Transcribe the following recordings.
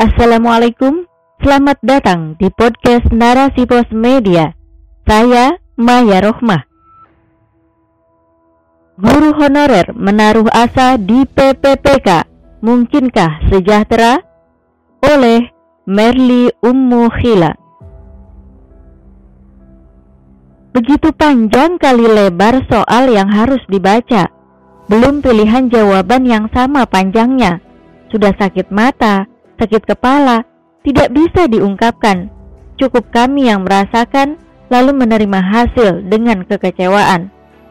Assalamualaikum, selamat datang di podcast Narasi Pos Media. Saya Maya Rohmah. Guru honorer menaruh asa di PPPK, mungkinkah sejahtera? Oleh Merli Ummu Khila. Begitu panjang kali lebar soal yang harus dibaca, belum pilihan jawaban yang sama panjangnya. Sudah sakit mata, sakit kepala, tidak bisa diungkapkan. Cukup kami yang merasakan, lalu menerima hasil dengan kekecewaan.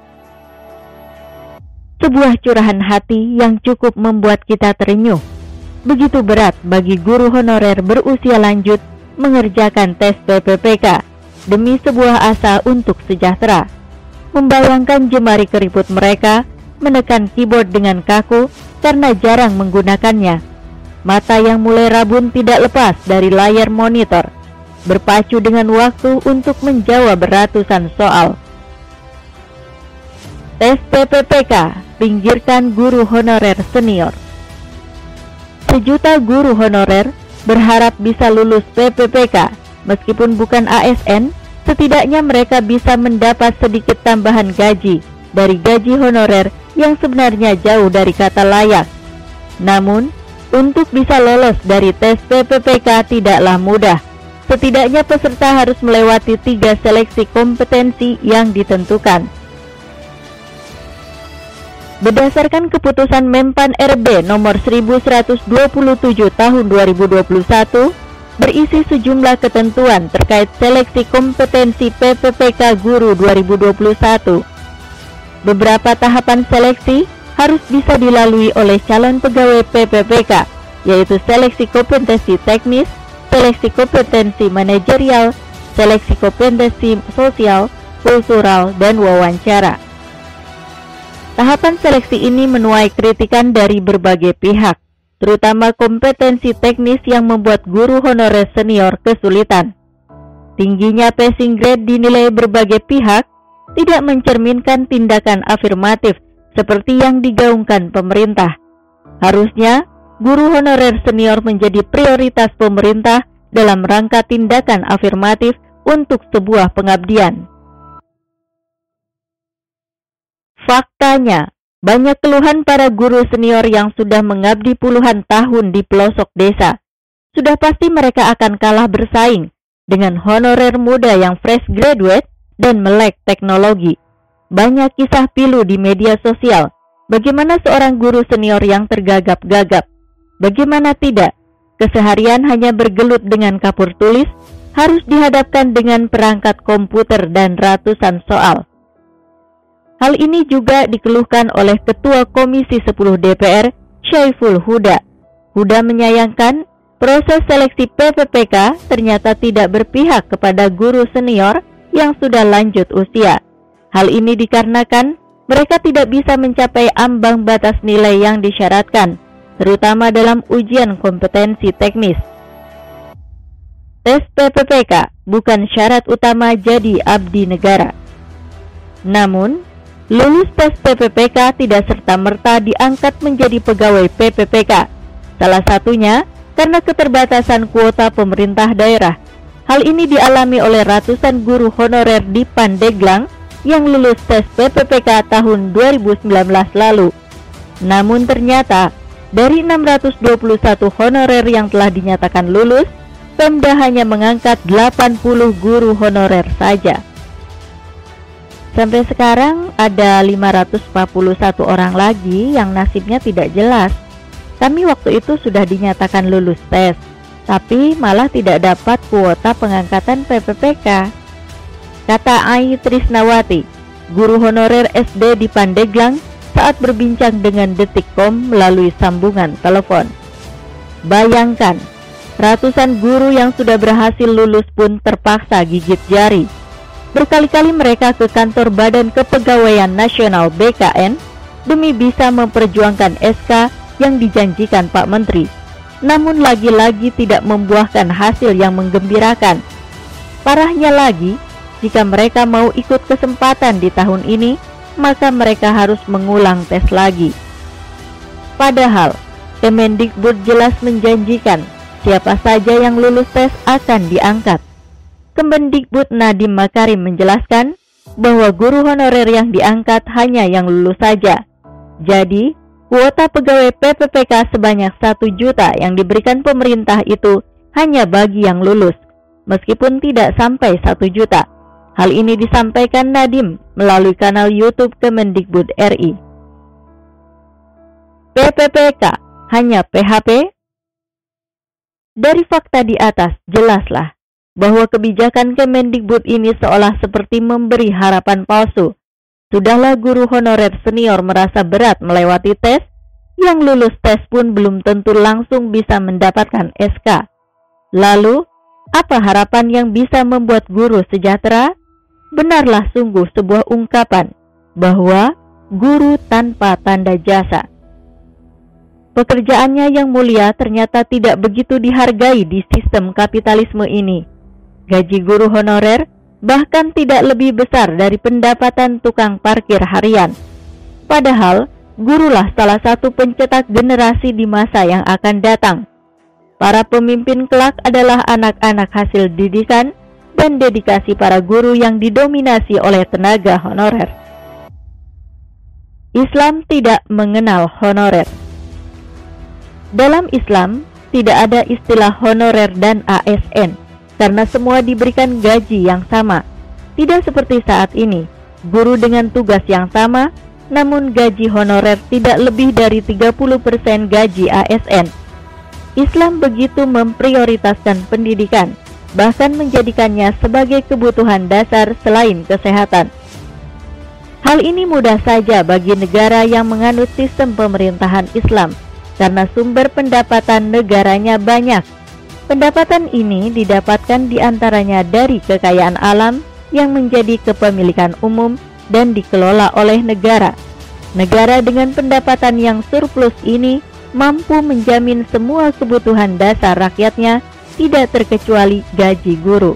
Sebuah curahan hati yang cukup membuat kita terenyuh. Begitu berat bagi guru honorer berusia lanjut mengerjakan tes PPPK demi sebuah asa untuk sejahtera. Membayangkan jemari keriput mereka menekan keyboard dengan kaku karena jarang menggunakannya. Mata yang mulai rabun tidak lepas dari layar monitor, berpacu dengan waktu untuk menjawab ratusan soal. Tes PPPK, pinggirkan guru honorer senior. Sejuta guru honorer berharap bisa lulus PPPK, meskipun bukan ASN, setidaknya mereka bisa mendapat sedikit tambahan gaji dari gaji honorer yang sebenarnya jauh dari kata layak. Namun, untuk bisa lolos dari tes PPPK tidaklah mudah. Setidaknya peserta harus melewati 3 seleksi kompetensi yang ditentukan. Berdasarkan keputusan Menpan RB nomor 1127 tahun 2021, berisi sejumlah ketentuan terkait seleksi kompetensi PPPK Guru 2021. Beberapa tahapan seleksi harus bisa dilalui oleh calon pegawai PPPK, yaitu seleksi kompetensi teknis, seleksi kompetensi manajerial, seleksi kompetensi sosial, kultural, dan wawancara. Tahapan seleksi ini menuai kritikan dari berbagai pihak, terutama kompetensi teknis yang membuat guru honorer senior kesulitan. Tingginya passing grade dinilai berbagai pihak tidak mencerminkan tindakan afirmatif seperti yang digaungkan pemerintah. Harusnya, guru honorer senior menjadi prioritas pemerintah dalam rangka tindakan afirmatif untuk sebuah pengabdian. Faktanya, banyak keluhan para guru senior yang sudah mengabdi puluhan tahun di pelosok desa. Sudah pasti mereka akan kalah bersaing dengan honorer muda yang fresh graduate dan melek teknologi. Banyak kisah pilu di media sosial. Bagaimana seorang guru senior yang tergagap-gagap? Bagaimana tidak? Keseharian hanya bergelut dengan kapur tulis, harus dihadapkan dengan perangkat komputer dan ratusan soal. Hal ini juga dikeluhkan oleh Ketua Komisi 10 DPR, Syaiful Huda. Huda menyayangkan proses seleksi PPPK ternyata tidak berpihak kepada guru senior yang sudah lanjut usia. Hal ini dikarenakan mereka tidak bisa mencapai ambang batas nilai yang disyaratkan, terutama dalam ujian kompetensi teknis. Tes PPPK bukan syarat utama jadi abdi negara. Namun, lulus tes PPPK tidak serta-merta diangkat menjadi pegawai PPPK. Salah satunya karena keterbatasan kuota pemerintah daerah. Hal ini dialami oleh ratusan guru honorer di Pandeglang yang lulus tes PPPK tahun 2019 lalu. Namun ternyata, dari 621 honorer yang telah dinyatakan lulus, Pemda hanya mengangkat 80 guru honorer saja. Sampai sekarang ada 541 orang lagi yang nasibnya tidak jelas. Kami waktu itu sudah dinyatakan lulus tes, tapi malah tidak dapat kuota pengangkatan PPPK. Kata Ai Trisnawati, guru honorer SD di Pandeglang saat berbincang dengan Detikcom melalui sambungan telepon. Bayangkan, ratusan guru yang sudah berhasil lulus pun terpaksa gigit jari. Berkali-kali mereka ke kantor Badan Kepegawaian Nasional BKN demi bisa memperjuangkan SK yang dijanjikan Pak Menteri. Namun lagi-lagi tidak membuahkan hasil yang menggembirakan. Parahnya lagi, jika mereka mau ikut kesempatan di tahun ini, maka mereka harus mengulang tes lagi. Padahal, Kemendikbud jelas menjanjikan siapa saja yang lulus tes akan diangkat. Kemendikbud Nadiem Makarim menjelaskan bahwa guru honorer yang diangkat hanya yang lulus saja. Jadi, kuota pegawai PPPK sebanyak 1 juta yang diberikan pemerintah itu hanya bagi yang lulus, meskipun tidak sampai 1 juta. Hal ini disampaikan Nadiem melalui kanal YouTube Kemendikbud RI. PPPK hanya PHP? Dari fakta di atas, jelaslah bahwa kebijakan Kemendikbud ini seolah seperti memberi harapan palsu. Sudahlah guru honorer senior merasa berat melewati tes, yang lulus tes pun belum tentu langsung bisa mendapatkan SK. Lalu, apa harapan yang bisa membuat guru sejahtera? Benarlah sungguh sebuah ungkapan bahwa guru tanpa tanda jasa. Pekerjaannya yang mulia ternyata tidak begitu dihargai di sistem kapitalisme ini. Gaji guru honorer bahkan tidak lebih besar dari pendapatan tukang parkir harian. Padahal, gurulah salah satu pencetak generasi di masa yang akan datang. Para pemimpin kelak adalah anak-anak hasil didikan dan dedikasi para guru yang didominasi oleh tenaga honorer. Islam tidak mengenal honorer. Dalam Islam, tidak ada istilah honorer dan ASN, karena semua diberikan gaji yang sama. Tidak seperti saat ini, guru dengan tugas yang sama, namun gaji honorer tidak lebih dari 30% gaji ASN. Islam begitu memprioritaskan pendidikan, bahkan menjadikannya sebagai kebutuhan dasar selain kesehatan. Hal ini mudah saja bagi negara yang menganut sistem pemerintahan Islam, karena sumber pendapatan negaranya banyak. Pendapatan ini didapatkan diantaranya dari kekayaan alam yang menjadi kepemilikan umum dan dikelola oleh negara. Negara dengan pendapatan yang surplus ini mampu menjamin semua kebutuhan dasar rakyatnya, tidak terkecuali gaji guru.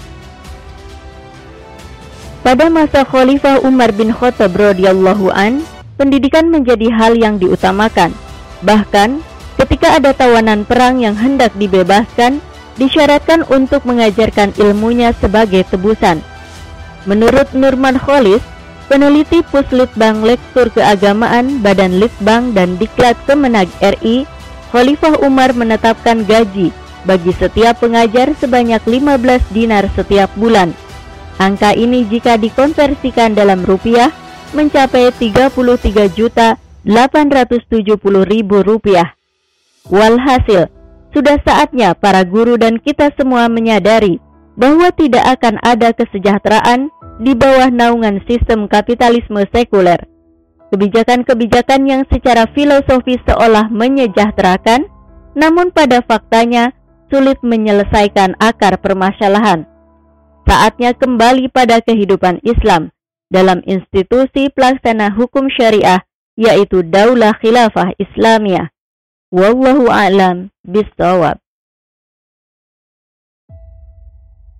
Pada masa Khalifah Umar bin Khattab radhiyallahu an, pendidikan menjadi hal yang diutamakan. Bahkan, ketika ada tawanan perang yang hendak dibebaskan, disyaratkan untuk mengajarkan ilmunya sebagai tebusan. Menurut Nurman Khalis, peneliti Puslitbang Lektur Keagamaan Badan Litbang dan Diklat Kemenag RI, Khalifah Umar menetapkan gaji bagi setiap pengajar sebanyak 15 dinar setiap bulan. Angka ini jika dikonversikan dalam rupiah mencapai 33.870.000 rupiah. Walhasil, sudah saatnya para guru dan kita semua menyadari bahwa tidak akan ada kesejahteraan di bawah naungan sistem kapitalisme sekuler. Kebijakan-kebijakan yang secara filosofis seolah menyejahterakan, namun pada faktanya sulit menyelesaikan akar permasalahan. Saatnya kembali pada kehidupan Islam dalam institusi pelaksana hukum syariah, yaitu Daulah Khilafah Islamiyah. Wallahu a'lam bishawab.